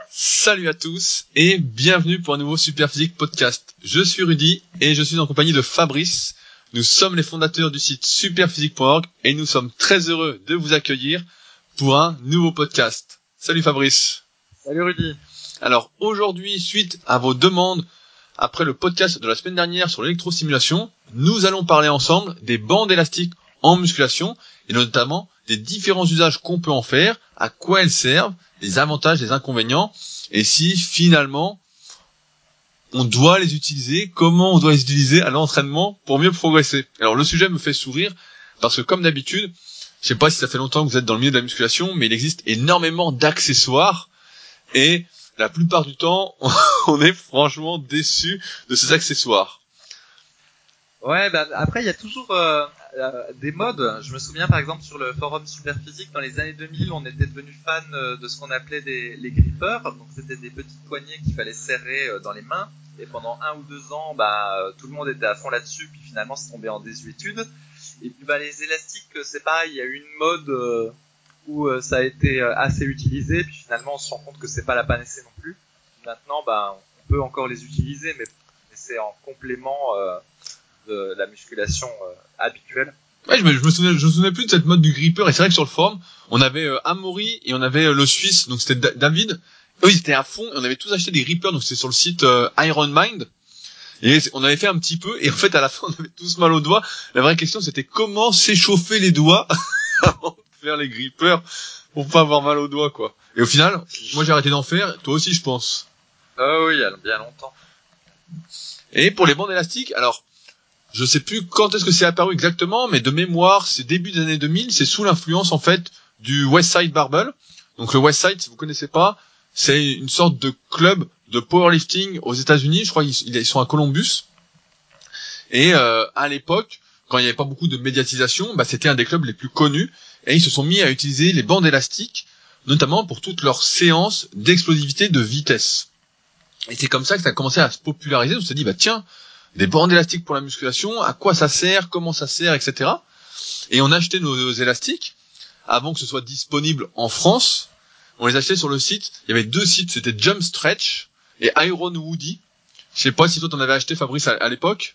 Salut à tous et bienvenue pour un nouveau Superphysique podcast. Je suis Rudy et je suis en compagnie de Fabrice. Nous sommes les fondateurs du site superphysique.org et nous sommes très heureux de vous accueillir pour un nouveau podcast. Salut Fabrice. Salut Rudy. Alors aujourd'hui, suite à vos demandes, après le podcast de la semaine dernière sur l'électrostimulation, nous allons parler ensemble des bandes élastiques en musculation et notamment des différents usages qu'on peut en faire, à quoi elles servent, les avantages, les inconvénients, et si finalement on doit les utiliser, comment on doit les utiliser à l'entraînement pour mieux progresser. Alors le sujet me fait sourire parce que comme d'habitude, je sais pas si ça fait longtemps que vous êtes dans le milieu de la musculation, mais il existe énormément d'accessoires et la plupart du temps, on est franchement déçu de ces accessoires. Ouais, après il y a toujours des modes. Je me souviens par exemple sur le forum Superphysique dans les années 2000, on était devenu fan de ce qu'on appelait les grippers. Donc c'était des petites poignées qu'il fallait serrer dans les mains. Et pendant 1 ou 2 ans, tout le monde était à fond là-dessus. Puis finalement, c'est tombé en désuétude. Et puis les élastiques, c'est pareil. Il y a eu une mode où ça a été assez utilisé. Puis finalement, on se rend compte que c'est pas la panacée non plus. Maintenant, on peut encore les utiliser, mais c'est en complément de la musculation habituelle. Ouais, je me souvenais plus de cette mode du gripper, et c'est vrai que sur le forum, on avait Amaury et on avait le Suisse, donc c'était David. Eux, ils étaient à fond, et on avait tous acheté des grippers, donc c'était sur le site Iron Mind. Et on avait fait un petit peu, et en fait, à la fin, on avait tous mal aux doigts. La vraie question, c'était comment s'échauffer les doigts avant de faire les grippers pour pas avoir mal aux doigts, quoi. Et au final, moi j'ai arrêté d'en faire, toi aussi, je pense. Oui, il y a bien longtemps. Et pour les bandes élastiques, alors, je sais plus quand est-ce que c'est apparu exactement, mais de mémoire, c'est début des années 2000, c'est sous l'influence, en fait, du West Side Barbell. Donc le West Side, si vous connaissez pas, c'est une sorte de club de powerlifting aux États-Unis. Je crois qu'ils sont à Columbus. Et à l'époque, quand il n'y avait pas beaucoup de médiatisation, c'était un des clubs les plus connus. Et ils se sont mis à utiliser les bandes élastiques, notamment pour toutes leurs séances d'explosivité de vitesse. Et c'est comme ça que ça a commencé à se populariser. On s'est dit, tiens, des bandes élastiques pour la musculation, à quoi ça sert, comment ça sert, etc. Et on a acheté nos élastiques avant que ce soit disponible en France. On les achetait sur le site. Il y avait 2 sites, c'était Jump Stretch et Iron Woody. Je sais pas si toi t'en avais acheté, Fabrice, à l'époque.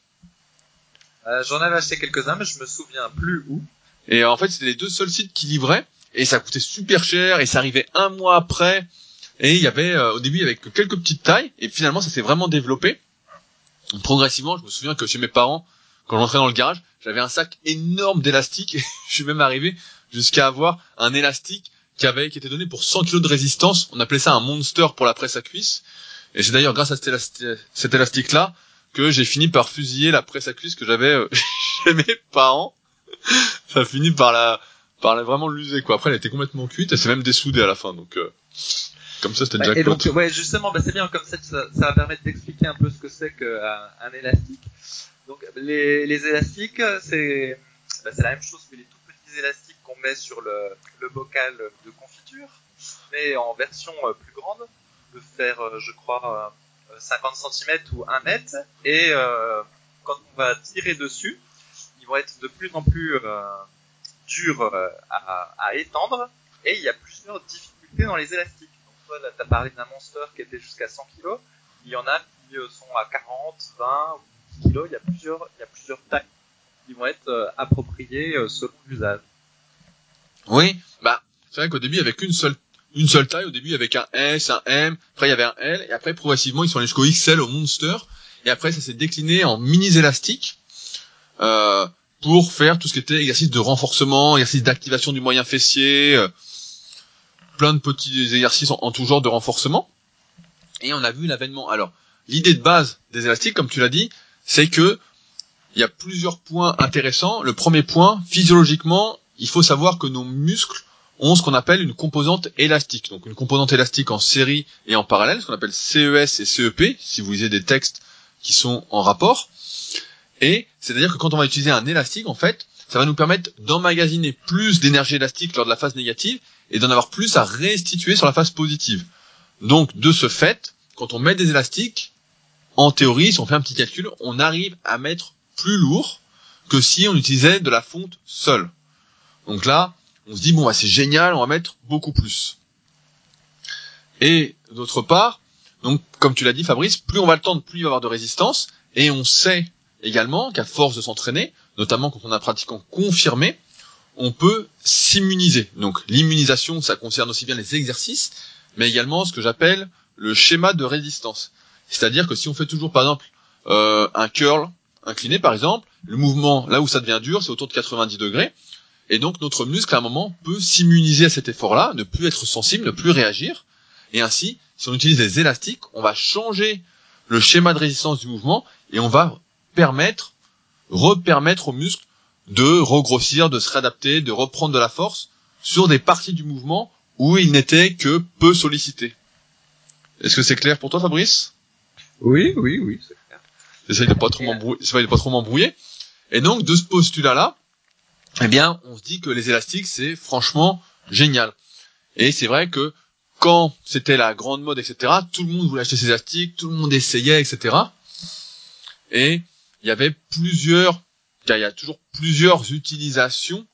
J'en avais acheté quelques-uns, mais je me souviens plus où. Et en fait, c'était les 2 seuls sites qui livraient. Et ça coûtait super cher et ça arrivait 1 mois après. Et il y avait, au début, il y avait que quelques petites tailles. Et finalement, ça s'est vraiment développé. Progressivement, je me souviens que chez mes parents, quand j'entrais dans le garage, j'avais un sac énorme d'élastiques et je suis même arrivé jusqu'à avoir un élastique qui était donné pour 100 kg de résistance. On appelait ça un monster pour la presse à cuisse. Et c'est d'ailleurs grâce à cet élastique-là que j'ai fini par fusiller la presse à cuisse que j'avais chez mes parents. Ça a fini par vraiment l'user, quoi. Après, elle était complètement cuite, elle s'est même dessoudée à la fin, donc comme ça, c'était jackpot. Et donc, justement, c'est bien, comme ça va permettre d'expliquer un peu ce que c'est qu'un élastique. Donc, les élastiques, c'est la même chose que les tout petits élastiques qu'on met sur le bocal de confiture, mais en version plus grande. On peut faire, je crois, 50 cm ou 1 mètre, et quand on va tirer dessus, ils vont être de plus en plus durs à étendre, et il y a plusieurs difficultés dans les élastiques. Toi, là, t'as parlé d'un monster qui était jusqu'à 100 kg. Il y en a qui sont à 40, 20 ou 10 kg. Il y a plusieurs tailles qui vont être appropriées selon l'usage. Oui, c'est vrai qu'au début, avec une seule taille, au début, avec un S, un M, après il y avait un L, et après, progressivement, ils sont allés jusqu'au XL, au Monster, et après, ça s'est décliné en mini élastiques, pour faire tout ce qui était exercice de renforcement, exercice d'activation du moyen fessier, plein de petits exercices en tout genre de renforcement. Et on a vu l'avènement. Alors, l'idée de base des élastiques, comme tu l'as dit, c'est que il y a plusieurs points intéressants. Le premier point, physiologiquement, il faut savoir que nos muscles ont ce qu'on appelle une composante élastique. Donc une composante élastique en série et en parallèle, ce qu'on appelle CES et CEP, si vous lisez des textes qui sont en rapport. Et c'est-à-dire que quand on va utiliser un élastique, en fait, ça va nous permettre d'emmagasiner plus d'énergie élastique lors de la phase négative et d'en avoir plus à restituer sur la phase positive. Donc, de ce fait, quand on met des élastiques, en théorie, si on fait un petit calcul, on arrive à mettre plus lourd que si on utilisait de la fonte seule. Donc là, on se dit, c'est génial, on va mettre beaucoup plus. Et d'autre part, donc comme tu l'as dit Fabrice, plus on va le tendre, plus il va y avoir de résistance, et on sait également qu'à force de s'entraîner, notamment quand on a un pratiquant confirmé, on peut s'immuniser. Donc l'immunisation, ça concerne aussi bien les exercices, mais également ce que j'appelle le schéma de résistance. C'est-à-dire que si on fait toujours par exemple un curl incliné par exemple, le mouvement là où ça devient dur, c'est autour de 90 degrés, et donc notre muscle à un moment peut s'immuniser à cet effort-là, ne plus être sensible, ne plus réagir, et ainsi, si on utilise les élastiques, on va changer le schéma de résistance du mouvement, et on va repermettre au muscle de regrossir, de se réadapter, de reprendre de la force sur des parties du mouvement où il n'était que peu sollicité. Est-ce que c'est clair pour toi, Fabrice ? Oui, c'est clair. J'essaye de pas trop m'embrouiller. Et donc, de ce postulat-là, eh bien, on se dit que les élastiques, c'est franchement génial. Et c'est vrai que quand c'était la grande mode, etc., tout le monde voulait acheter ses élastiques, tout le monde essayait, etc. Et il y avait il y a toujours plusieurs utilisations.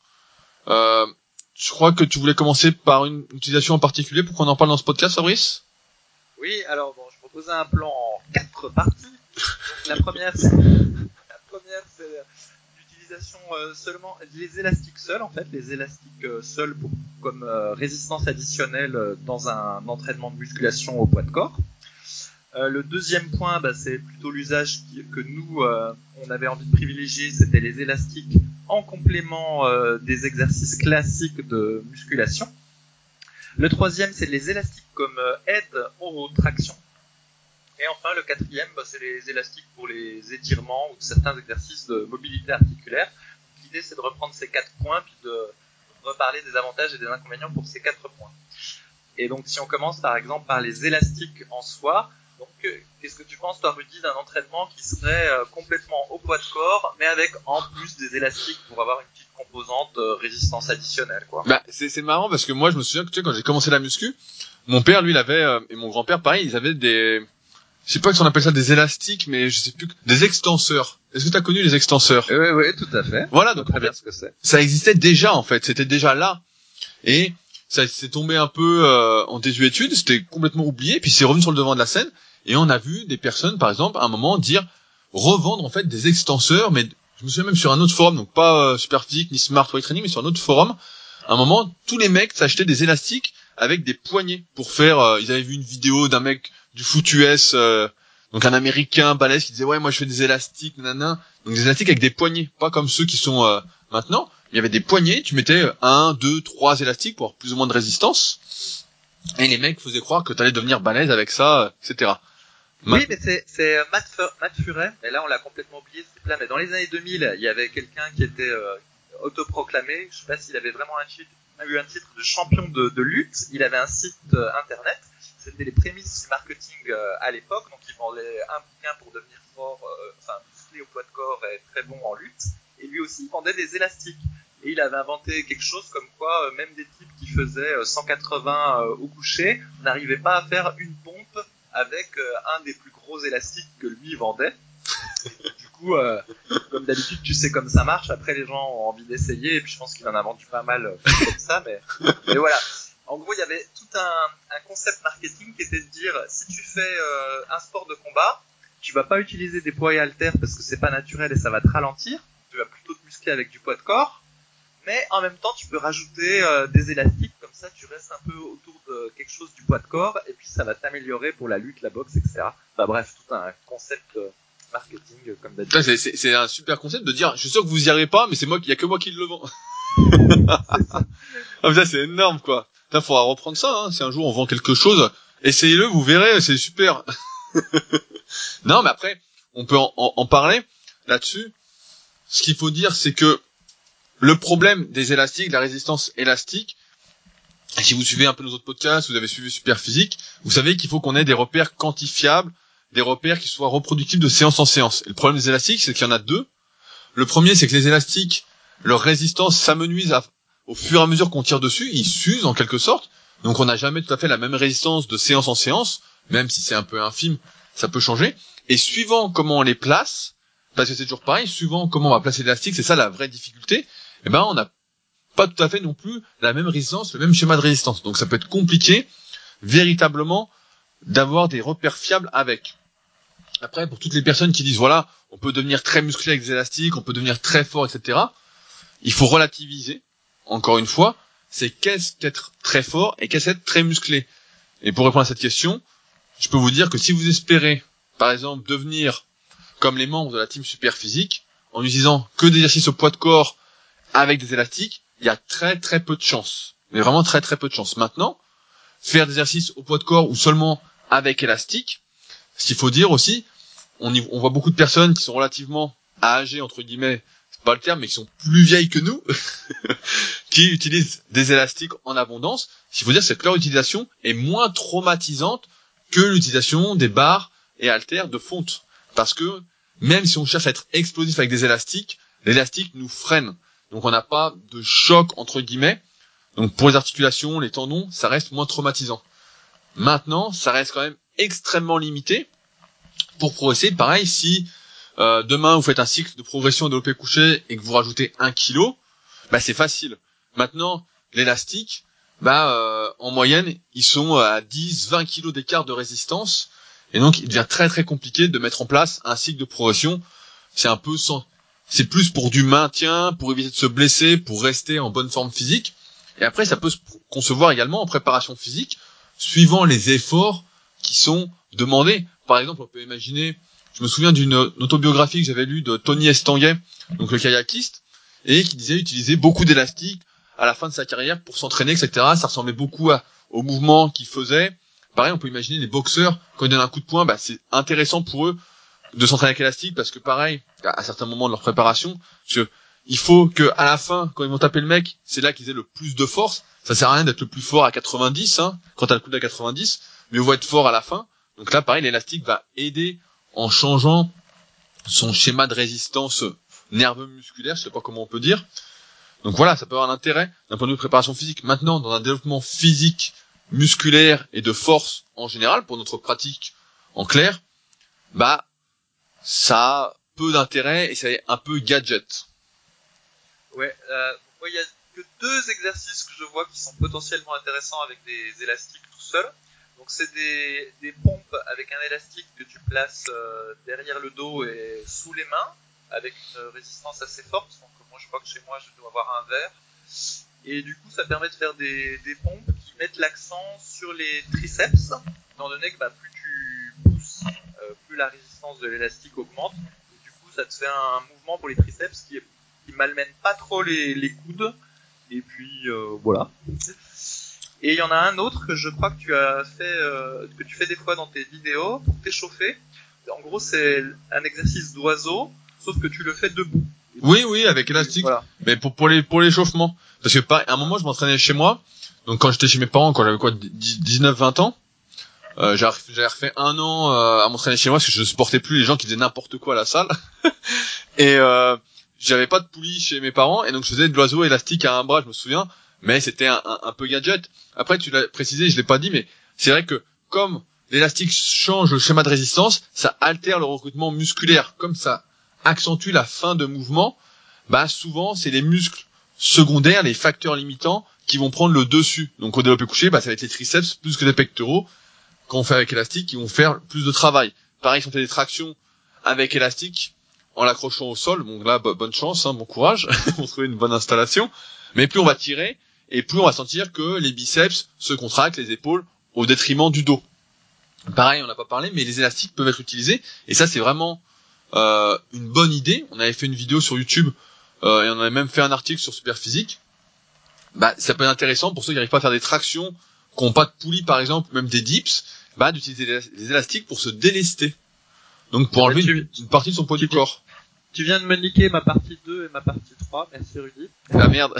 Je crois que tu voulais commencer par une utilisation en particulier pour qu'on en parle dans ce podcast, Fabrice ? Oui, alors bon, je proposais un plan en 4 parties. Donc, la première, c'est l'utilisation seulement les élastiques seuls, en fait, les élastiques seuls comme résistance additionnelle dans un entraînement de musculation au poids de corps. Le deuxième point, c'est plutôt l'usage que nous, on avait envie de privilégier, c'était les élastiques en complément des exercices classiques de musculation. Le troisième, c'est les élastiques comme aide aux tractions. Et enfin, le quatrième, c'est les élastiques pour les étirements ou certains exercices de mobilité articulaire. Donc, l'idée, c'est de reprendre ces 4 points puis de reparler des avantages et des inconvénients pour ces 4 points. Et donc, si on commence par exemple par les élastiques en soi, donc qu'est-ce que tu penses, toi, Rudy, d'un entraînement qui serait complètement au poids de corps, mais avec en plus des élastiques pour avoir une petite composante résistance additionnelle, quoi. C'est marrant parce que moi, je me souviens que tu sais, quand j'ai commencé la muscu, mon père, lui, il avait et mon grand-père, pareil, ils avaient je sais pas si on appelle ça des élastiques, mais je sais plus, des extenseurs. Est-ce que tu as connu les extenseurs ? Oui, tout à fait. Voilà, donc très bien ce que c'est. Ça existait déjà en fait, c'était déjà là. Et ça s'est tombé un peu en désuétude, c'était complètement oublié, puis c'est revenu sur le devant de la scène, et on a vu des personnes, par exemple, à un moment revendre en fait des extenseurs, mais je me souviens même sur un autre forum, donc pas Superphysique ni Smart Weight Training, mais sur un autre forum, à un moment, tous les mecs s'achetaient des élastiques avec des poignées pour faire, ils avaient vu une vidéo d'un mec du foot US, donc un américain balèze qui disait ouais moi je fais des élastiques, nanana, donc des élastiques avec des poignées, pas comme ceux qui sont maintenant. Il y avait des poignées, tu mettais 1, 2, 3 élastiques pour avoir plus ou moins de résistance. Et les mecs faisaient croire que t'allais devenir balèze avec ça, etc. Oui, mais c'est Matt Furet, et là on l'a complètement oublié ce type-là, mais dans les années 2000, il y avait quelqu'un qui était autoproclamé, je sais pas s'il avait vraiment eu un titre de champion de lutte, il avait un site internet, c'était les prémices du marketing à l'époque, donc il vendait un bouquin pour devenir fort, musclé au poids de corps et très bon en lutte, et lui aussi il vendait des élastiques. Et il avait inventé quelque chose comme quoi même des types qui faisaient 180 au coucher n'arrivaient pas à faire une pompe avec un des plus gros élastiques que lui vendait. Du coup, comme d'habitude, tu sais comme ça marche. Après, les gens ont envie d'essayer, et puis je pense qu'il en a vendu pas mal comme ça. Mais voilà. En gros, il y avait tout un concept marketing qui était de dire, si tu fais un sport de combat, tu vas pas utiliser des poids et haltères parce que c'est pas naturel et ça va te ralentir. Tu vas plutôt te muscler avec du poids de corps. Mais en même temps, tu peux rajouter des élastiques, comme ça tu restes un peu autour de quelque chose du poids de corps, et puis ça va t'améliorer pour la lutte, la boxe, etc. Enfin bref, tout un concept marketing comme d'habitude. C'est un super concept de dire, je suis sûr que vous y arrivez pas, mais il y a que moi qui le vends. C'est ça. Ah, ça c'est énorme quoi. Putain, faudra reprendre ça, hein. Si un jour on vend quelque chose, essayez-le, vous verrez, c'est super. Non, mais après, on peut en parler là-dessus. Ce qu'il faut dire, c'est que le problème des élastiques, de la résistance élastique, si vous suivez un peu nos autres podcasts, vous avez suivi Superphysique, vous savez qu'il faut qu'on ait des repères quantifiables, des repères qui soient reproductibles de séance en séance. Et le problème des élastiques, c'est qu'il y en a deux. Le premier, c'est que les élastiques, leur résistance s'amenuise au fur et à mesure qu'on tire dessus, ils s'usent en quelque sorte. Donc on n'a jamais tout à fait la même résistance de séance en séance, même si c'est un peu infime, ça peut changer. Et suivant comment on les place, parce que c'est toujours pareil, suivant comment on va placer l'élastique, c'est ça la vraie difficulté, on n'a pas tout à fait non plus la même résistance, le même schéma de résistance. Donc ça peut être compliqué véritablement d'avoir des repères fiables avec. Après, pour toutes les personnes qui disent voilà, on peut devenir très musclé avec des élastiques, on peut devenir très fort, etc. Il faut relativiser. Encore une fois, c'est qu'est-ce qu'être très fort et qu'est-ce qu'être très musclé. Et pour répondre à cette question, je peux vous dire que si vous espérez, par exemple, devenir comme les membres de la team super physique, en utilisant que des exercices au poids de corps avec des élastiques, il y a très très peu de chances. Mais vraiment très très peu de chances. Maintenant, faire des exercices au poids de corps ou seulement avec élastique, ce qu'il faut dire aussi, on voit beaucoup de personnes qui sont relativement âgées, entre guillemets, c'est pas le terme, mais qui sont plus vieilles que nous, qui utilisent des élastiques en abondance. Ce qu'il faut dire, c'est que leur utilisation est moins traumatisante que l'utilisation des barres et haltères de fonte. Parce que, même si on cherche à être explosif avec des élastiques, l'élastique nous freine. Donc on n'a pas de choc, entre guillemets. Donc pour les articulations, les tendons, ça reste moins traumatisant. Maintenant, ça reste quand même extrêmement limité. Pour progresser, pareil, si demain vous faites un cycle de progression développé couché et que vous rajoutez 1 kilo, bah c'est facile. Maintenant, l'élastique, en moyenne, ils sont à 10-20 kilos d'écart de résistance, et donc il devient très très compliqué de mettre en place un cycle de progression. C'est plus pour du maintien, pour éviter de se blesser, pour rester en bonne forme physique. Et après, ça peut se concevoir également en préparation physique, suivant les efforts qui sont demandés. Par exemple, on peut imaginer, je me souviens d'une autobiographie que j'avais lue de Tony Estanguet, donc le kayakiste, et qui disait utiliser beaucoup d'élastique à la fin de sa carrière pour s'entraîner, etc. Ça ressemblait beaucoup au mouvement qu'il faisait. Pareil, on peut imaginer les boxeurs, quand ils donnent un coup de poing, c'est intéressant pour eux de s'entraîner avec élastique, parce que pareil, à certains moments de leur préparation, il faut que à la fin, quand ils vont taper le mec, c'est là qu'ils aient le plus de force. Ça sert à rien d'être le plus fort à 90, quand t'as le coude à 90, mais on va être fort à la fin. Donc là, pareil, l'élastique va aider en changeant son schéma de résistance nerveux musculaire, je sais pas comment on peut dire. Donc voilà, ça peut avoir un intérêt d'un point de vue de préparation physique. Maintenant, dans un développement physique, musculaire et de force en général, pour notre pratique en clair, ça a peu d'intérêt et c'est un peu gadget. Ouais, moi il y a que 2 exercices que je vois qui sont potentiellement intéressants avec des élastiques tout seul. Donc c'est des pompes avec un élastique que tu places derrière le dos et sous les mains, avec une résistance assez forte. Donc moi je crois que chez moi je dois avoir un verre. Et du coup ça permet de faire des pompes qui mettent l'accent sur les triceps, étant donné que plus tu pousses, plus la résistance de l'élastique augmente. Et du coup ça te fait un mouvement pour les triceps qui malmène pas trop les coudes. Et puis voilà. Et il y en a un autre que je crois que tu as fait, que tu fais des fois dans tes vidéos pour t'échauffer. En gros, c'est un exercice d'oiseau, sauf que tu le fais debout. Oui, avec élastique. Voilà. Mais pour l'échauffement. Parce que à un moment, je m'entraînais chez moi. Donc quand j'étais chez mes parents, quand j'avais 19-20 ans, j'avais refait 1 an à m'entraîner chez moi parce que je ne supportais plus les gens qui faisaient n'importe quoi à la salle. Et j'avais pas de poulie chez mes parents, et donc je faisais de l'oiseau élastique à un bras, je me souviens. Mais c'était un peu gadget. Après, tu l'as précisé, je l'ai pas dit, mais c'est vrai que comme l'élastique change le schéma de résistance, ça altère le recrutement musculaire. Comme ça accentue la fin de mouvement, souvent c'est les muscles secondaires, les facteurs limitants, qui vont prendre le dessus. Donc au développé couché, ça va être les triceps plus que les pectoraux, quand on fait avec élastique, qui vont faire plus de travail. Pareil, si on fait des tractions avec élastique, en l'accrochant au sol, bon là, bonne chance, bon courage pour trouver une bonne installation. Mais plus on va tirer, et plus on va sentir que les biceps se contractent, les épaules, au détriment du dos. Pareil, on n'a pas parlé, mais les élastiques peuvent être utilisés, et ça c'est vraiment une bonne idée. On avait fait une vidéo sur YouTube, et on avait même fait un article sur Superphysique. Ça peut être intéressant pour ceux qui n'arrivent pas à faire des tractions, qui n'ont pas de poulie par exemple, même des dips, d'utiliser les élastiques pour se délester. Donc pour enlever une partie de son poids du corps. Tu viens de me niquer ma partie 2 et ma partie 3, merci Rudy. Ah merde.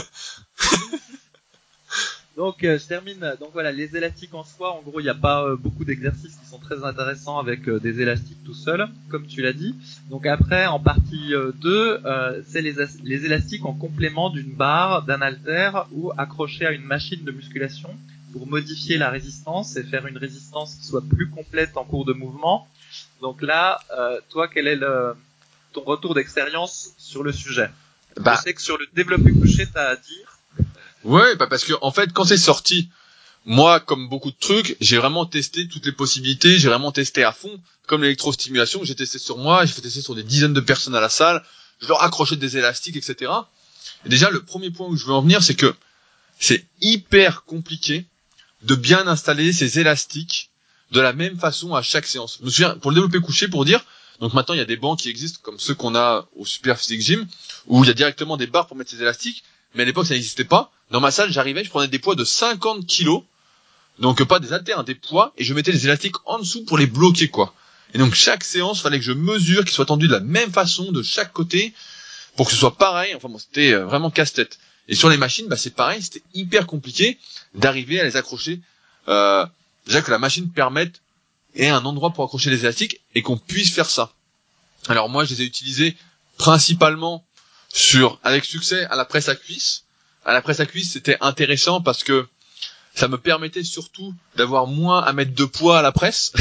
Donc je termine. Donc voilà, les élastiques en soi, en gros, il n'y a pas beaucoup d'exercices qui sont très intéressants avec des élastiques tout seuls, comme tu l'as dit. Donc après, en partie 2, c'est les élastiques en complément d'une barre, d'un haltère ou accroché à une machine de musculation pour modifier la résistance et faire une résistance qui soit plus complète en cours de mouvement. Donc là, toi, quel est ton retour d'expérience sur le sujet? Je sais que sur le développé couché, t'as à dire. Ouais, parce que en fait, quand c'est sorti, moi, comme beaucoup de trucs, j'ai vraiment testé toutes les possibilités, j'ai vraiment testé à fond, comme l'électrostimulation, j'ai testé sur moi, j'ai fait tester sur des dizaines de personnes à la salle, je leur accrochais des élastiques, etc. Et déjà, le premier point où je veux en venir, c'est que c'est hyper compliqué de bien installer ces élastiques de la même façon à chaque séance. Je me souviens, pour le développé couché, pour dire, donc maintenant il y a des bancs qui existent comme ceux qu'on a au Super Physique Gym, où il y a directement des barres pour mettre ces élastiques, mais à l'époque ça n'existait pas. Dans ma salle, j'arrivais, je prenais des poids de 50 kilos, donc pas des haltères, hein, des poids, et je mettais les élastiques en dessous pour les bloquer, quoi. Et donc chaque séance, fallait que je mesure qu'ils soient tendus de la même façon de chaque côté, pour que ce soit pareil. Enfin bon, c'était vraiment casse-tête. Et sur les machines, bah c'est pareil, c'était hyper compliqué d'arriver à les accrocher. Déjà que la machine permette ait un endroit pour accrocher les élastiques et qu'on puisse faire ça. Alors moi, je les ai utilisés principalement avec succès à la presse à cuisse. À la presse à cuisse, c'était intéressant parce que ça me permettait surtout d'avoir moins à mettre de poids à la presse.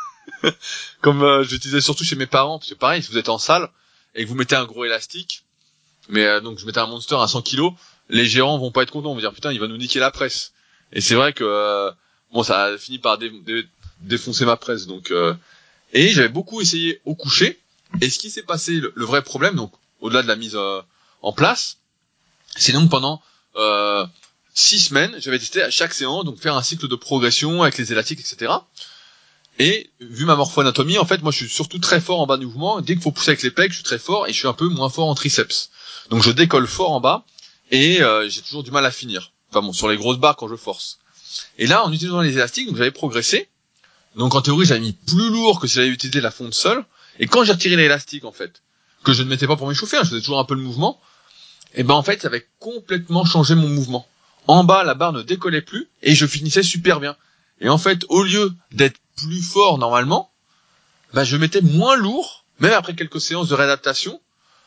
Comme j'utilisais surtout chez mes parents, parce que pareil, si vous êtes en salle et que vous mettez un gros élastique, mais donc je mettais un monster à 100 kilos, les gérants vont pas être contents, vont dire putain, il va nous niquer la presse. Et c'est vrai que bon, ça a fini par défoncer ma presse. Donc et j'avais beaucoup essayé au coucher. Et ce qui s'est passé, le vrai problème, donc au-delà de la mise en place, c'est donc pendant 6 semaines, j'avais testé à chaque séance, donc faire un cycle de progression avec les élastiques, etc. Et vu ma morpho-anatomie, en fait, moi je suis surtout très fort en bas du mouvement. Dès qu'il faut pousser avec les pecs, je suis très fort et je suis un peu moins fort en triceps. Donc je décolle fort en bas et j'ai toujours du mal à finir. Enfin bon, sur les grosses barres quand je force. Et là, en utilisant les élastiques, donc j'avais progressé. Donc en théorie, j'avais mis plus lourd que si j'avais utilisé la fonte seule. Et quand j'ai retiré l'élastique, en fait, que je ne mettais pas pour m'échauffer, je faisais toujours un peu le mouvement, et ben en fait, ça avait complètement changé mon mouvement. En bas, la barre ne décollait plus et je finissais super bien. Et en fait, au lieu d'être plus fort normalement, bah je mettais moins lourd, même après quelques séances de réadaptation,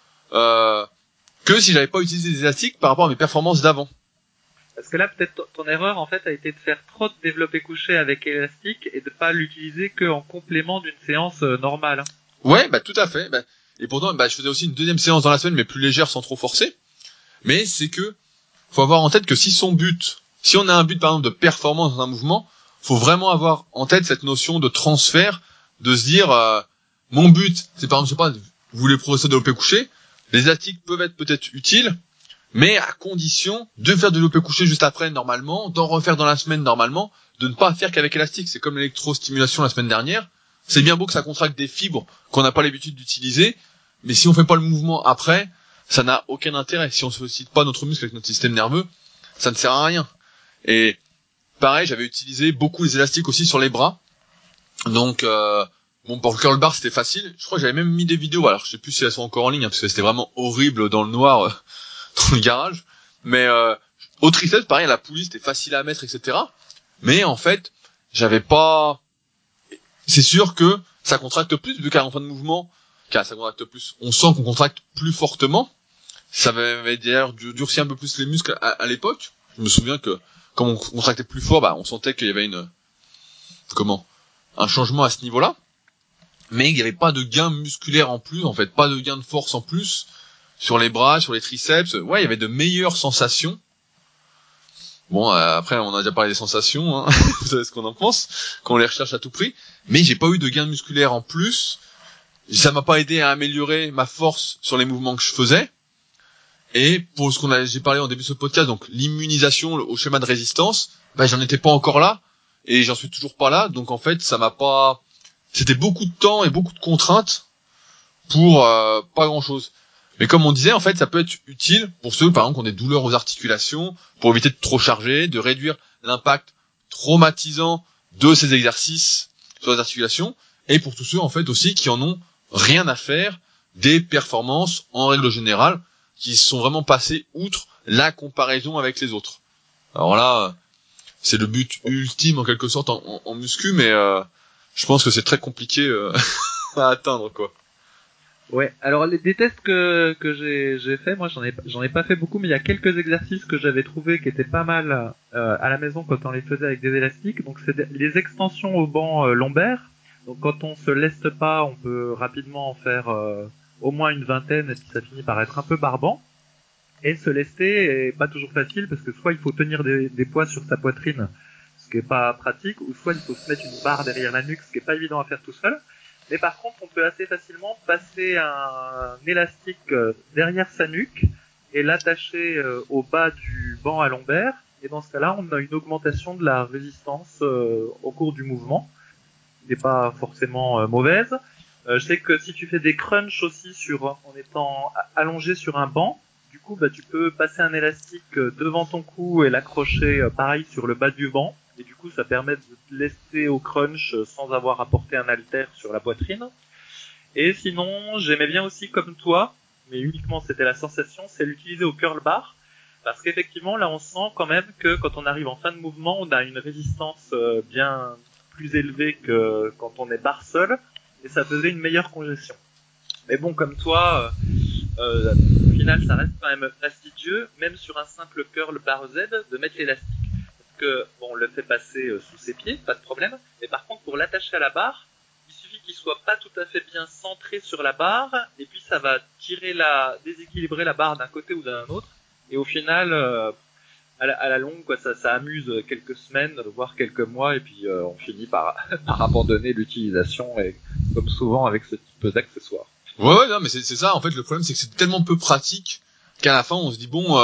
que si j'avais pas utilisé des élastiques par rapport à mes performances d'avant. Parce que là, peut-être ton erreur, en fait, a été de faire trop de développé couché avec élastique et de pas l'utiliser que en complément d'une séance normale. Ouais, bah tout à fait. Bah, et pourtant, bah je faisais aussi une deuxième séance dans la semaine, mais plus légère sans trop forcer. Mais c'est que faut avoir en tête que si on a un but par exemple de performance dans un mouvement, faut vraiment avoir en tête cette notion de transfert, de se dire mon but, c'est par exemple, je sais pas, vous voulez progresser de développé couché, les élastiques peuvent être peut-être utiles, mais à condition de faire de développé couché juste après normalement, d'en refaire dans la semaine normalement, de ne pas faire qu'avec élastique. C'est comme l'électrostimulation la semaine dernière. C'est bien beau que ça contracte des fibres qu'on n'a pas l'habitude d'utiliser, mais si on fait pas le mouvement après, ça n'a aucun intérêt. Si on sollicite pas notre muscle avec notre système nerveux, ça ne sert à rien. Et pareil, j'avais utilisé beaucoup les élastiques aussi sur les bras. Donc bon, pour le curl bar c'était facile. Je crois que j'avais même mis des vidéos. Alors je sais plus si elles sont encore en ligne, hein, parce que c'était vraiment horrible dans le noir dans le garage. Mais au triceps, pareil, la poulie c'était facile à mettre, etc. Mais en fait, j'avais pas. C'est sûr que ça contracte plus vu qu'à en fin de mouvement, ça contracte plus. On sent qu'on contracte plus fortement. Ça avait d'ailleurs durci un peu plus les muscles à l'époque. Je me souviens que quand on contractait plus fort, bah on sentait qu'il y avait un changement à ce niveau-là. Mais il n'y avait pas de gain musculaire en plus, en fait, pas de gain de force en plus sur les bras, sur les triceps. Ouais, il y avait de meilleures sensations. Bon, après, on a déjà parlé des sensations, hein. Vous savez ce qu'on en pense, qu'on les recherche à tout prix. Mais j'ai pas eu de gain musculaire en plus. Ça m'a pas aidé à améliorer ma force sur les mouvements que je faisais. Et pour j'ai parlé en début de ce podcast, donc l'immunisation au schéma de résistance, bah j'en étais pas encore là et j'en suis toujours pas là. Donc en fait, c'était beaucoup de temps et beaucoup de contraintes pour pas grand-chose. Mais comme on disait, en fait, ça peut être utile pour ceux, par exemple, qui ont des douleurs aux articulations, pour éviter de trop charger, de réduire l'impact traumatisant de ces exercices sur les articulations, et pour tous ceux, en fait, aussi qui en ont rien à faire des performances en règle générale, qui sont vraiment passées outre la comparaison avec les autres. Alors là, c'est le but ultime en quelque sorte en muscu, mais je pense que c'est très compliqué à atteindre, quoi. Ouais, alors des tests que j'ai fait, moi j'en ai pas fait beaucoup, mais il y a quelques exercices que j'avais trouvé qui étaient pas mal à la maison quand on les faisait avec des élastiques. Donc c'est les extensions au banc lombaire. Donc quand on se leste pas, on peut rapidement en faire au moins une vingtaine et puis ça finit par être un peu barbant. Et se lester est pas toujours facile parce que soit il faut tenir des poids sur sa poitrine, ce qui est pas pratique, ou soit il faut se mettre une barre derrière la nuque, ce qui est pas évident à faire tout seul. Mais par contre, on peut assez facilement passer un élastique derrière sa nuque et l'attacher au bas du banc à lombaire. Et dans ce cas-là, on a une augmentation de la résistance au cours du mouvement, qui n'est pas forcément mauvaise. Je sais que si tu fais des crunchs aussi en étant allongé sur un banc, du coup, tu peux passer un élastique devant ton cou et l'accrocher pareil sur le bas du banc. Et du coup, ça permet de te laisser au crunch sans avoir à porter un haltère sur la poitrine. Et sinon, j'aimais bien aussi comme toi, mais uniquement c'était la sensation, c'est l'utiliser au curl bar. Parce qu'effectivement, là, on sent quand même que quand on arrive en fin de mouvement, on a une résistance bien plus élevée que quand on est barre seul. Et ça faisait une meilleure congestion. Mais bon, comme toi, au final, ça reste quand même fastidieux, même sur un simple curl bar Z, de mettre l'élastique. Parce que, bon, on le fait passer sous ses pieds, pas de problème. Mais par contre, pour l'attacher à la barre, il suffit qu'il soit pas tout à fait bien centré sur la barre, et puis ça va déséquilibrer la barre d'un côté ou d'un autre. Et au final, à la longue, quoi, ça amuse quelques semaines, voire quelques mois, et puis on finit par abandonner l'utilisation, et comme souvent avec ce type d'accessoires. Ouais, non, mais c'est ça. En fait, le problème, c'est que c'est tellement peu pratique qu'à la fin, on se dit bon,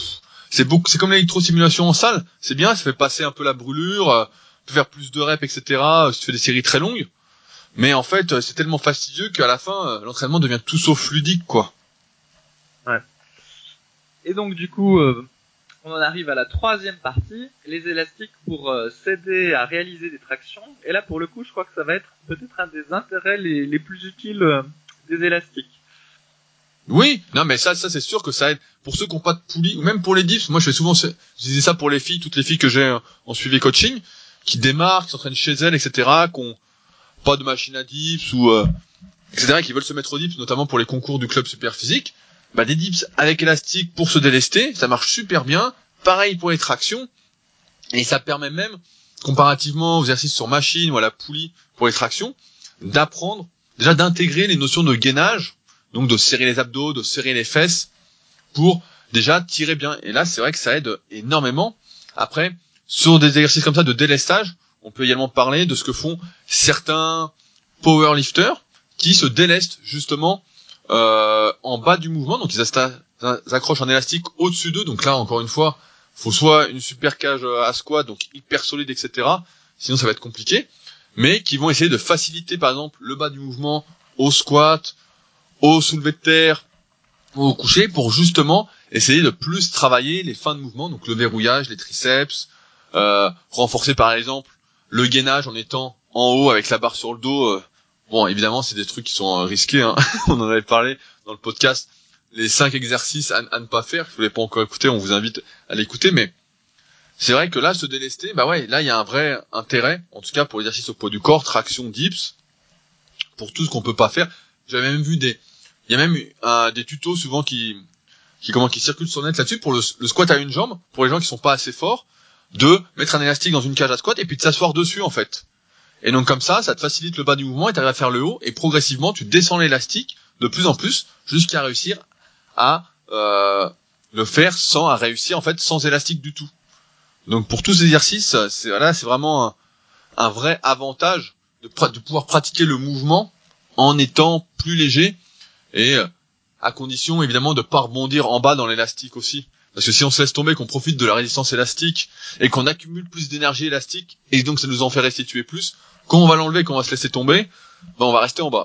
c'est comme l'électrostimulation en salle. C'est bien, ça fait passer un peu la brûlure, peut faire plus de reps, etc. Si tu fais des séries très longues. Mais en fait, c'est tellement fastidieux qu'à la fin, l'entraînement devient tout sauf fluidique, quoi. Ouais. Et donc, du coup, on en arrive à la troisième partie, les élastiques pour s'aider à réaliser des tractions. Et là, pour le coup, je crois que ça va être peut-être un des intérêts les plus utiles des élastiques. Oui, non, mais ça c'est sûr que ça aide. Pour ceux qui n'ont pas de poulie, ou même pour les dips, moi je disais ça pour les filles, toutes les filles que j'ai en suivi coaching, qui démarrent, qui s'entraînent chez elles, etc., qui ont pas de machine à dips, ou etc., qui veulent se mettre au dips, notamment pour les concours du club super physique. Des dips avec élastique pour se délester, ça marche super bien. Pareil pour les tractions, et ça permet même, comparativement aux exercices sur machine ou à la poulie pour les tractions, d'apprendre, déjà d'intégrer les notions de gainage, donc de serrer les abdos, de serrer les fesses, pour déjà tirer bien. Et là, c'est vrai que ça aide énormément. Après, sur des exercices comme ça de délestage, on peut également parler de ce que font certains powerlifters qui se délestent justement en bas du mouvement. Donc ils accrochent un élastique au-dessus d'eux. Donc là, encore une fois, faut soit une super cage à squat, donc hyper solide, etc. Sinon, ça va être compliqué. Mais qui vont essayer de faciliter, par exemple, le bas du mouvement au squat, au soulevé de terre, ou au coucher, pour justement essayer de plus travailler les fins de mouvement, donc le verrouillage, les triceps, renforcer par exemple le gainage en étant en haut avec la barre sur le dos. Bon, évidemment, c'est des trucs qui sont risqués, hein. On en avait parlé dans le podcast, les 5 exercices à ne pas faire. Si vous l'avez pas encore écouté, on vous invite à l'écouter, mais c'est vrai que là, se délester, là, il y a un vrai intérêt, en tout cas pour l'exercice au poids du corps, traction, dips, pour tout ce qu'on peut pas faire. J'avais même vu il y a même des tutos souvent qui circulent sur le net là-dessus pour le squat à une jambe, pour les gens qui sont pas assez forts, de mettre un élastique dans une cage à squat et puis de s'asseoir dessus, en fait. Et donc comme ça te facilite le bas du mouvement et t'arrives à faire le haut, et progressivement tu descends l'élastique de plus en plus jusqu'à réussir à le faire sans élastique du tout. Donc pour tous ces exercices, c'est vraiment un vrai avantage de pouvoir pratiquer le mouvement en étant plus léger, et à condition évidemment de pas rebondir en bas dans l'élastique aussi. Parce que si on se laisse tomber, qu'on profite de la résistance élastique et qu'on accumule plus d'énergie élastique, et donc ça nous en fait restituer plus, quand on va l'enlever, quand on va se laisser tomber, on va rester en bas.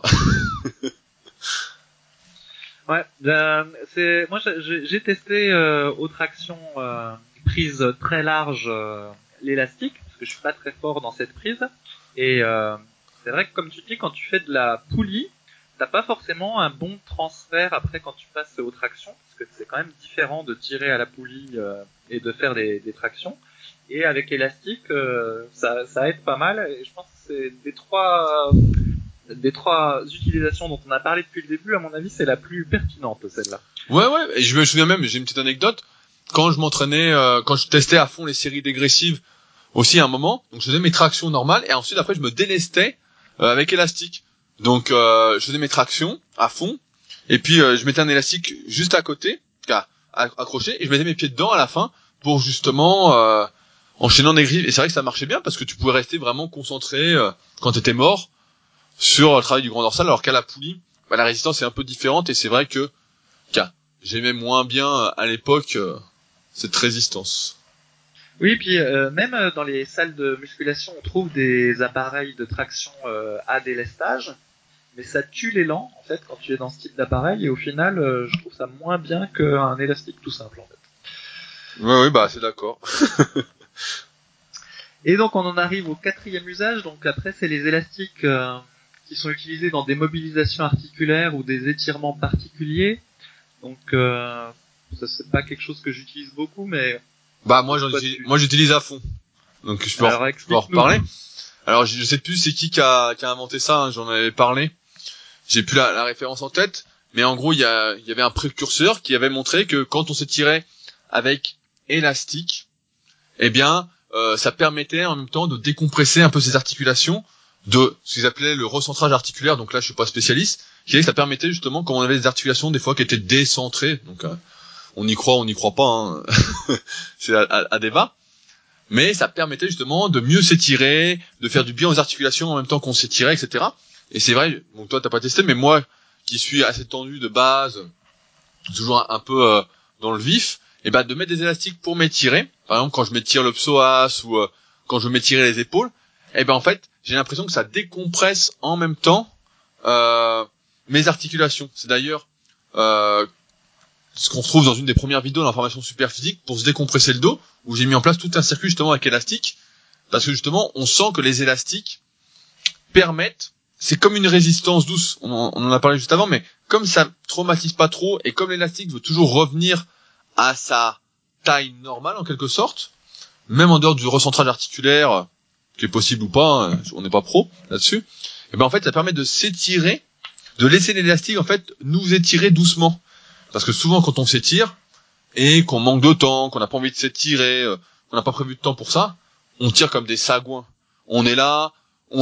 Ouais, moi j'ai testé aux tractions prise très large l'élastique, parce que je suis pas très fort dans cette prise, et c'est vrai que comme tu dis, quand tu fais de la poulie, t'as pas forcément un bon transfert après quand tu passes aux tractions, parce que c'est quand même différent de tirer à la poulie et de faire des tractions. Et avec l'élastique, ça aide pas mal, et je pense que c'est des trois utilisations dont on a parlé depuis le début, à mon avis, c'est la plus pertinente, celle-là. Ouais, et je me souviens même, j'ai une petite anecdote, quand je m'entraînais, quand je testais à fond les séries dégressives aussi à un moment, donc je faisais mes tractions normales, et ensuite après je me délestais avec élastique. Donc je faisais mes tractions à fond, et puis je mettais un élastique juste à côté, accroché, et je mettais mes pieds dedans à la fin pour justement enchaînant des griffes. Et c'est vrai que ça marchait bien parce que tu pouvais rester vraiment concentré quand t'étais mort sur le travail du grand dorsal, alors qu'à la poulie, la résistance est un peu différente et c'est vrai que j'aimais moins bien à l'époque cette résistance. Oui, puis même dans les salles de musculation, on trouve des appareils de traction à délestage, mais ça tue l'élan en fait quand tu es dans ce type d'appareil et au final, je trouve ça moins bien qu'un élastique tout simple en fait. Oui, c'est d'accord. Et donc on en arrive au 4e usage, donc après c'est les élastiques qui sont utilisés dans des mobilisations articulaires ou des étirements particuliers. Donc ça c'est pas quelque chose que j'utilise beaucoup, mais moi j'utilise à fond. Donc je peux en reparler. Alors je sais plus c'est qui a inventé ça, hein, j'en avais parlé. J'ai plus la référence en tête, mais en gros il y avait un précurseur qui avait montré que quand on s'étirait avec élastique, eh bien ça permettait en même temps de décompresser un peu ses articulations, de ce qu'ils appelaient le recentrage articulaire. Donc là je suis pas spécialiste, qui ça permettait justement quand on avait des articulations des fois qui étaient décentrées, donc on y croit pas, hein. C'est à débat. Mais ça permettait justement de mieux s'étirer, de faire du bien aux articulations en même temps qu'on s'étirait, etc. Et c'est vrai, bon toi t'as pas testé, mais moi qui suis assez tendu de base, toujours un peu dans le vif, et de mettre des élastiques pour m'étirer, par exemple quand je m'étire le psoas ou quand je m'étire les épaules, en fait j'ai l'impression que ça décompresse en même temps mes articulations. C'est d'ailleurs ce qu'on retrouve dans une des premières vidéos de l'information super physique pour se décompresser le dos, où j'ai mis en place tout un circuit justement avec élastique, parce que justement on sent que les élastiques permettent, c'est comme une résistance douce, on en a parlé juste avant, mais comme ça traumatise pas trop, et comme l'élastique veut toujours revenir à sa taille normale en quelque sorte, même en dehors du recentrage articulaire, qui est possible ou pas, hein, on n'est pas pro là-dessus, et en fait ça permet de s'étirer, de laisser l'élastique en fait nous étirer doucement. Parce que souvent quand on s'étire, et qu'on manque de temps, qu'on n'a pas envie de s'étirer, qu'on n'a pas prévu de temps pour ça, on tire comme des sagouins. On est là, on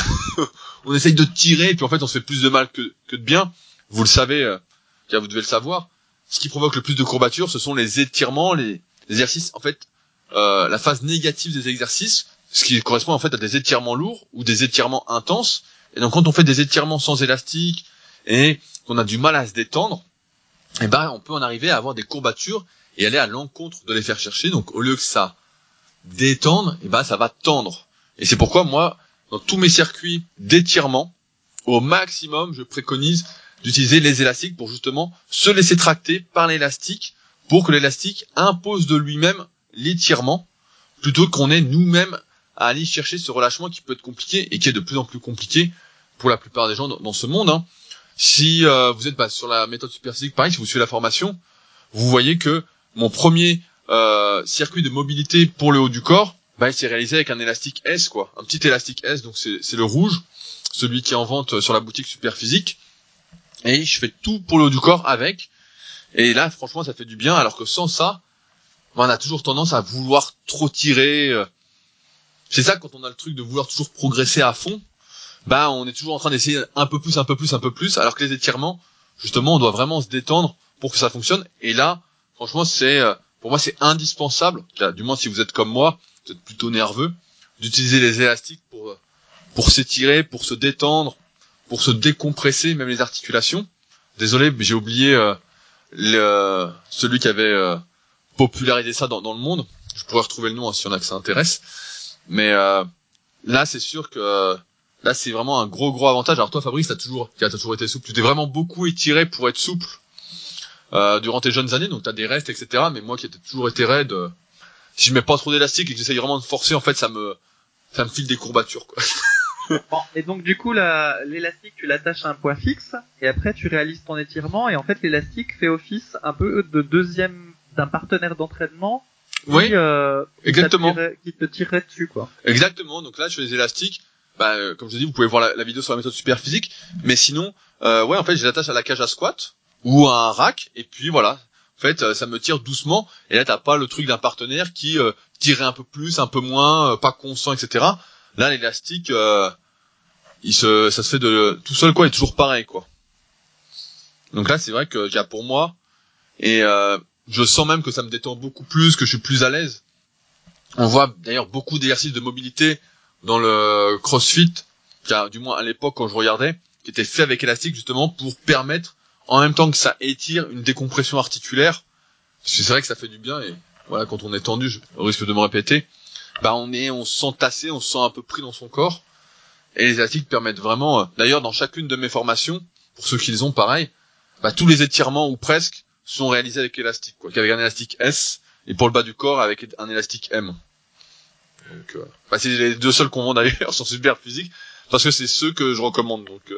essaye de tirer, et puis en fait on se fait plus de mal que de bien. Vous le savez, vous devez le savoir. Ce qui provoque le plus de courbatures, ce sont les étirements, les exercices, en fait, la phase négative des exercices, ce qui correspond en fait à des étirements lourds ou des étirements intenses. Et donc quand on fait des étirements sans élastique et qu'on a du mal à se détendre, on peut en arriver à avoir des courbatures et aller à l'encontre de les faire chercher. Donc au lieu que ça détende, ça va tendre. Et c'est pourquoi moi, dans tous mes circuits d'étirement, au maximum, je préconise d'utiliser les élastiques pour justement se laisser tracter par l'élastique, pour que l'élastique impose de lui-même l'étirement, plutôt qu'on ait nous-mêmes à aller chercher ce relâchement qui peut être compliqué et qui est de plus en plus compliqué pour la plupart des gens dans ce monde, hein. Si vous êtes sur la méthode super physique, pareil, si vous suivez la formation, vous voyez que mon premier circuit de mobilité pour le haut du corps, il s'est réalisé avec un élastique S, quoi, un petit élastique S, donc c'est le rouge, celui qui est en vente sur la boutique super physique, et je fais tout pour le haut du corps avec, et là franchement ça fait du bien, alors que sans ça, on a toujours tendance à vouloir trop tirer. C'est ça quand on a le truc de vouloir toujours progresser à fond. On est toujours en train d'essayer un peu plus, alors que les étirements, justement, on doit vraiment se détendre pour que ça fonctionne. Et là, franchement, pour moi, c'est indispensable, du moins si vous êtes comme moi, vous êtes plutôt nerveux, d'utiliser les élastiques pour s'étirer, pour se détendre, pour se décompresser, même les articulations. Désolé, mais j'ai oublié celui qui avait popularisé ça dans le monde. Je pourrais retrouver le nom si y en a que ça intéresse. Mais là, c'est sûr que là, c'est vraiment un gros avantage. Alors toi, Fabrice, t'as toujours été souple. Tu t'es vraiment beaucoup étiré pour être souple durant tes jeunes années, donc t'as des restes, etc. Mais moi, qui ai toujours été raide, si je mets pas trop d'élastique et que j'essaye vraiment de forcer, en fait, ça me file des courbatures, quoi. Bon, et donc du coup, l'élastique, tu l'attaches à un point fixe, et après tu réalises ton étirement, et en fait, l'élastique fait office un peu d'un partenaire d'entraînement. Oui, exactement. Qui te tirerait dessus, quoi. Exactement. Donc là, je fais les élastiques. Comme je dis, vous pouvez voir la vidéo sur la méthode super physique. Mais sinon, en fait, je les attache à la cage à squat ou à un rack. Et puis voilà. En fait, ça me tire doucement. Et là, t'as pas le truc d'un partenaire qui tirait un peu plus, un peu moins, pas constant, etc. Là, l'élastique, ça se fait de tout seul, quoi. Et toujours pareil, quoi. Donc là, c'est vrai que pour moi, et je sens même que ça me détend beaucoup plus, que je suis plus à l'aise. On voit d'ailleurs beaucoup d'exercices de mobilité dans le CrossFit, du moins à l'époque quand je regardais, qui étaient faits avec élastique justement pour permettre, en même temps que ça étire, une décompression articulaire. C'est vrai que ça fait du bien et voilà, quand on est tendu, je risque de me répéter, on se sent tassé, on se sent un peu pris dans son corps. Et les élastiques permettent vraiment, d'ailleurs dans chacune de mes formations, pour ceux qui les ont pareil, tous les étirements ou presque sont réalisés avec élastique, quoi, qu'avec un élastique S, et pour le bas du corps avec un élastique M. Donc, c'est les deux seuls qu'on vend d'ailleurs sur Super Physique, parce que c'est ceux que je recommande. Donc,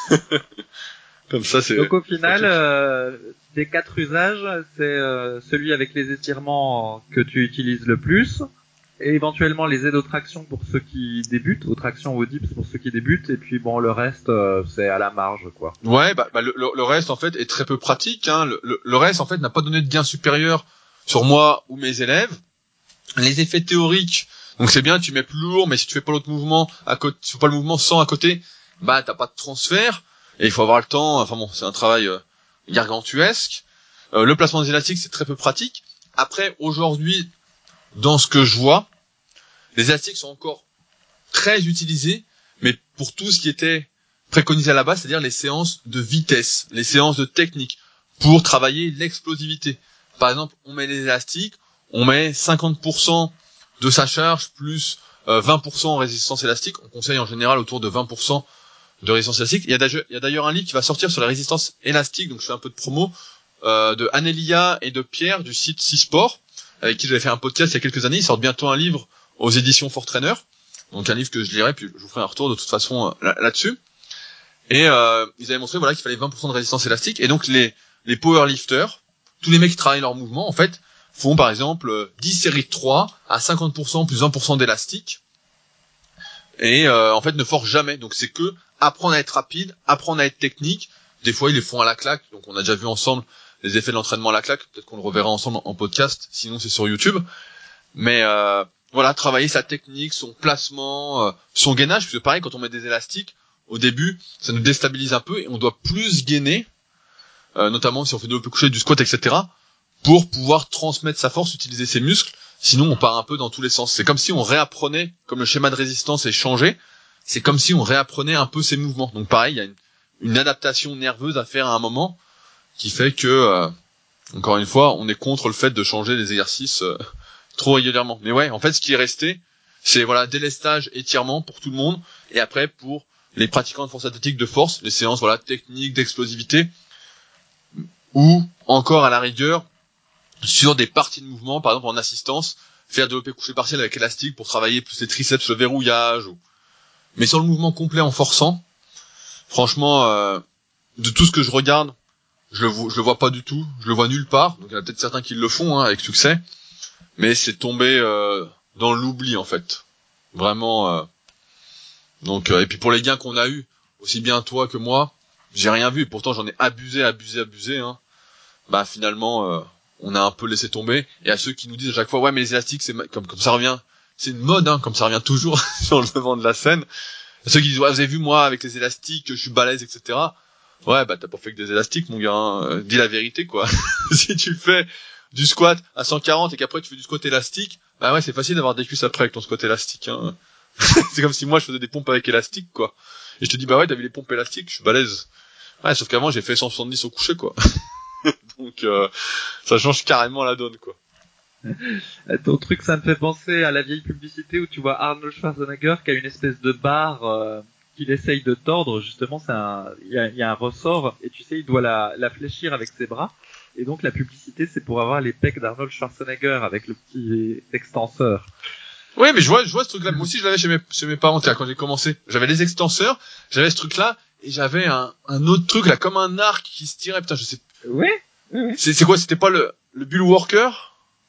comme ça, c'est. Donc au final, des 4 usages, c'est celui avec les étirements que tu utilises le plus, et éventuellement les aides aux tractions pour ceux qui débutent, aux tractions ou aux dips pour ceux qui débutent, et puis bon, le reste, c'est à la marge, quoi. Ouais, le reste en fait est très peu pratique. Hein. Le reste en fait n'a pas donné de gain supérieur sur moi ou mes élèves. Les effets théoriques, donc c'est bien, tu mets plus lourd, mais si tu fais pas l'autre mouvement à côté, tu fais pas le mouvement sans à côté, t'as pas de transfert. Et il faut avoir le temps. Enfin bon, c'est un travail gargantuesque. Le placement des élastiques, c'est très peu pratique. Après, aujourd'hui, dans ce que je vois, les élastiques sont encore très utilisés, mais pour tout ce qui était préconisé à la base, c'est-à-dire les séances de vitesse, les séances de technique, pour travailler l'explosivité. Par exemple, on met les élastiques, on met 50% de sa charge plus 20% en résistance élastique. On conseille en général autour de 20% de résistance élastique. Il y a d'ailleurs un livre qui va sortir sur la résistance élastique, donc je fais un peu de promo, de Anélia et de Pierre du site Cisport, avec qui j'avais fait un podcast il y a quelques années. Ils sortent bientôt un livre aux éditions Fort Trainer, donc un livre que je lirai, puis je vous ferai un retour de toute façon là-dessus. Et ils avaient montré qu'il fallait 20% de résistance élastique, et donc les powerlifters, tous les mecs qui travaillent leur mouvement, en fait, font par exemple 10 séries de 3 à 50% plus 20% d'élastique, et en fait ne forcent jamais. Donc c'est que apprendre à être rapide, apprendre à être technique. Des fois ils les font à la claque, donc on a déjà vu ensemble les effets de l'entraînement à la claque, peut-être qu'on le reverra ensemble en podcast, sinon c'est sur YouTube. Mais travailler sa technique, son placement, son gainage, parce que pareil, quand on met des élastiques, au début, ça nous déstabilise un peu et on doit plus gainer, notamment si on fait de l'open couché, du squat, etc., pour pouvoir transmettre sa force, utiliser ses muscles. Sinon, on part un peu dans tous les sens. C'est comme si on réapprenait, comme le schéma de résistance est changé, c'est comme si on réapprenait un peu ses mouvements. Donc pareil, il y a une adaptation nerveuse à faire à un moment qui fait que, encore une fois, on est contre le fait de changer les exercices trop régulièrement. Mais ouais, en fait, ce qui est resté, c'est délestage, étirement pour tout le monde, et après pour les pratiquants de force athlétique de force, les séances techniques d'explosivité, ou encore à la rigueur sur des parties de mouvement, par exemple en assistance, faire développer couché partiel avec élastique pour travailler plus les triceps, le verrouillage, mais sur le mouvement complet en forçant, franchement, de tout ce que je regarde, je le vois pas du tout, je le vois nulle part. Donc il y en a peut-être certains qui le font avec succès, mais c'est tombé dans l'oubli en fait, vraiment. Donc et puis pour les gains qu'on a eu, aussi bien toi que moi, j'ai rien vu. Pourtant j'en ai abusé. Hein. Finalement, on a un peu laissé tomber. Et à ceux qui nous disent à chaque fois, ouais mais les élastiques c'est comme ça revient, c'est une mode, hein, comme ça revient toujours sur le devant de la scène. À ceux qui disent, ouais vous avez vu moi avec les élastiques, je suis balèze, etc. Ouais t'as pas fait que des élastiques mon gars. Hein. Dis la vérité quoi. Si tu fais du squat à 140 et qu'après tu fais du squat élastique, c'est facile d'avoir des cuisses après avec ton squat élastique. Hein. C'est comme si moi je faisais des pompes avec élastique quoi. Et je te dis t'as vu les pompes élastiques, je suis balèze. Ouais sauf qu'avant j'ai fait 170 au coucher quoi. Donc ça change carrément la donne quoi. Ton truc, ça me fait penser à la vieille publicité où tu vois Arnold Schwarzenegger qui a une espèce de barre qu'il essaye de tordre. Justement, il y a un ressort et tu sais, il doit la fléchir avec ses bras. Et donc la publicité, c'est pour avoir les pecs d'Arnold Schwarzenegger avec le petit extenseur. Oui, mais je vois ce truc-là. Moi aussi, je l'avais chez mes parents quand j'ai commencé. J'avais les extenseurs, j'avais ce truc-là, et j'avais un autre truc là, comme un arc qui se tirait. Putain, je sais. Oui. C'est quoi? C'était pas le bull worker?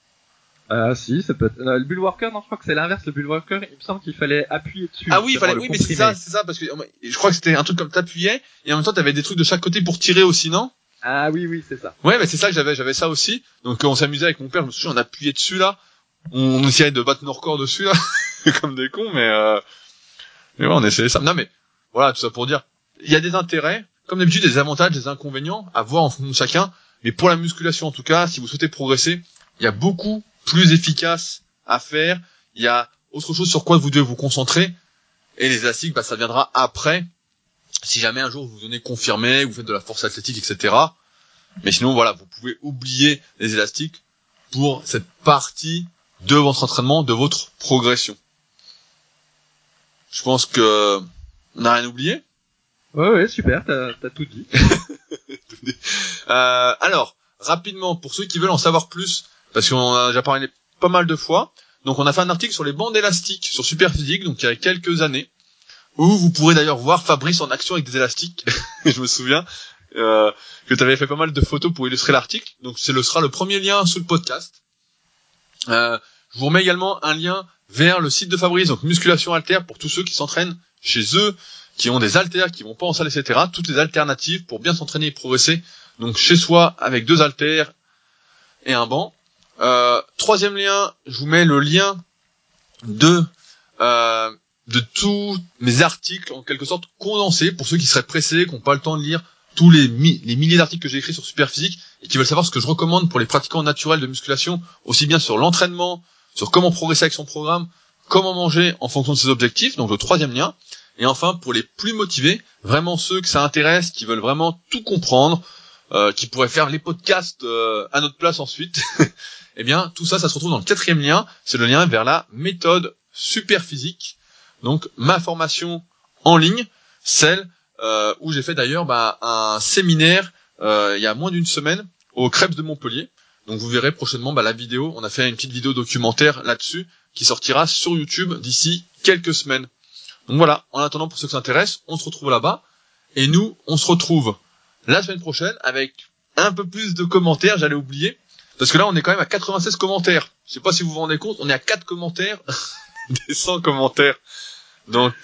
Si, ça peut être. Le bull worker, non, je crois que c'est l'inverse. Le bull worker, il me semble qu'il fallait appuyer dessus. Ah oui, il fallait. Oui, mais c'est ça, parce que je crois que c'était un truc comme t'appuyais, et en même temps t'avais des trucs de chaque côté pour tirer aussi, non? Ah oui, c'est ça. Ouais, mais c'est ça que j'avais ça aussi. Donc on s'amusait avec mon père, je me souviens, on appuyait dessus là, on essayait de battre nos records dessus là, comme des cons, mais ouais, on essayait ça. Non mais voilà, tout ça pour dire, il y a des intérêts, comme d'habitude, des avantages, des inconvénients à voir en fonction de chacun. Mais pour la musculation en tout cas, si vous souhaitez progresser, il y a beaucoup plus efficace à faire il y a autre chose sur quoi vous devez vous concentrer. Et les élastiques, ça viendra après. Si jamais un jour vous venez confirmer, vous faites de la force athlétique, etc. Mais sinon, voilà, vous pouvez oublier les élastiques pour cette partie de votre entraînement, de votre progression. Je pense que on n'a rien oublié. Ouais, super, t'as tout dit. Alors, rapidement, pour ceux qui veulent en savoir plus, parce qu'on en a déjà parlé pas mal de fois, donc on a fait un article sur les bandes élastiques sur Superphysique, donc il y a quelques années, où vous pourrez d'ailleurs voir Fabrice en action avec des élastiques. Je me souviens que tu avais fait pas mal de photos pour illustrer l'article, donc sera le premier lien sous le podcast. Je vous remets également un lien vers le site de Fabrice, donc Musculation Halter, pour tous ceux qui s'entraînent chez eux, qui ont des haltères, qui vont pas en salle, etc. Toutes les alternatives pour bien s'entraîner et progresser. Donc chez soi avec 2 haltères et un banc. Troisième lien, je vous mets le lien de tous mes articles en quelque sorte condensés pour ceux qui seraient pressés, qui n'ont pas le temps de lire tous les milliers d'articles que j'ai écrits sur Superphysique et qui veulent savoir ce que je recommande pour les pratiquants naturels de musculation, aussi bien sur l'entraînement, sur comment progresser avec son programme, comment manger en fonction de ses objectifs, donc le troisième lien. Et enfin, pour les plus motivés, vraiment ceux que ça intéresse, qui veulent vraiment tout comprendre, qui pourraient faire les podcasts à notre place ensuite, eh bien, tout ça se retrouve dans le 4e lien, c'est le lien vers la méthode Superphysique, donc ma formation en ligne, celle où j'ai fait d'ailleurs un séminaire il y a moins d'une semaine au Crêpes de Montpellier. Donc vous verrez prochainement la vidéo, on a fait une petite vidéo documentaire là-dessus qui sortira sur YouTube d'ici quelques semaines. Donc voilà, en attendant pour ceux qui s'intéressent, on se retrouve là-bas. Et nous, on se retrouve la semaine prochaine avec un peu plus de commentaires, j'allais oublier. Parce que là, on est quand même à 96 commentaires. Je sais pas si vous vous rendez compte, on est à 4 commentaires des 100 commentaires. Donc,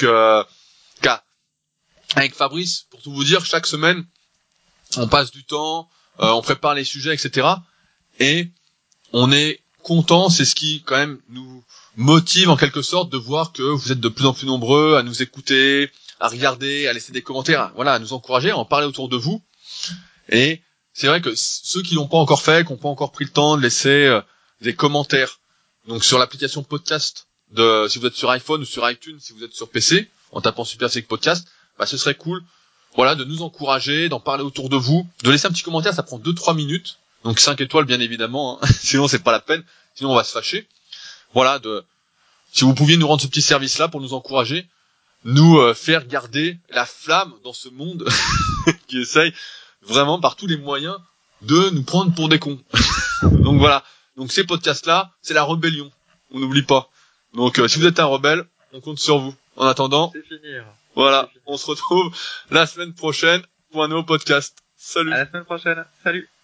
avec Fabrice, pour tout vous dire, chaque semaine, on passe du temps, on prépare les sujets, etc. Et on est content, c'est ce qui quand même nous motive en quelque sorte de voir que vous êtes de plus en plus nombreux à nous écouter, à regarder, à laisser des commentaires, voilà, à nous encourager, à en parler autour de vous. Et c'est vrai que ceux qui l'ont pas encore fait, qui n'ont pas encore pris le temps de laisser des commentaires, donc sur l'application podcast si vous êtes sur iPhone ou sur iTunes, si vous êtes sur PC, en tapant Superphysique Podcast, ce serait cool, voilà, de nous encourager, d'en parler autour de vous, de laisser un petit commentaire, ça prend 2-3 minutes, donc 5 étoiles bien évidemment, hein. Sinon c'est pas la peine, sinon on va se fâcher. Voilà, si vous pouviez nous rendre ce petit service-là pour nous encourager, nous faire garder la flamme dans ce monde qui essaye vraiment par tous les moyens de nous prendre pour des cons. Donc voilà, donc ces podcasts-là, c'est la rébellion, on n'oublie pas. Donc si vous êtes un rebelle, on compte sur vous. En attendant, c'est fini. Voilà, on se retrouve la semaine prochaine pour un nouveau podcast. Salut. À la semaine prochaine. Salut.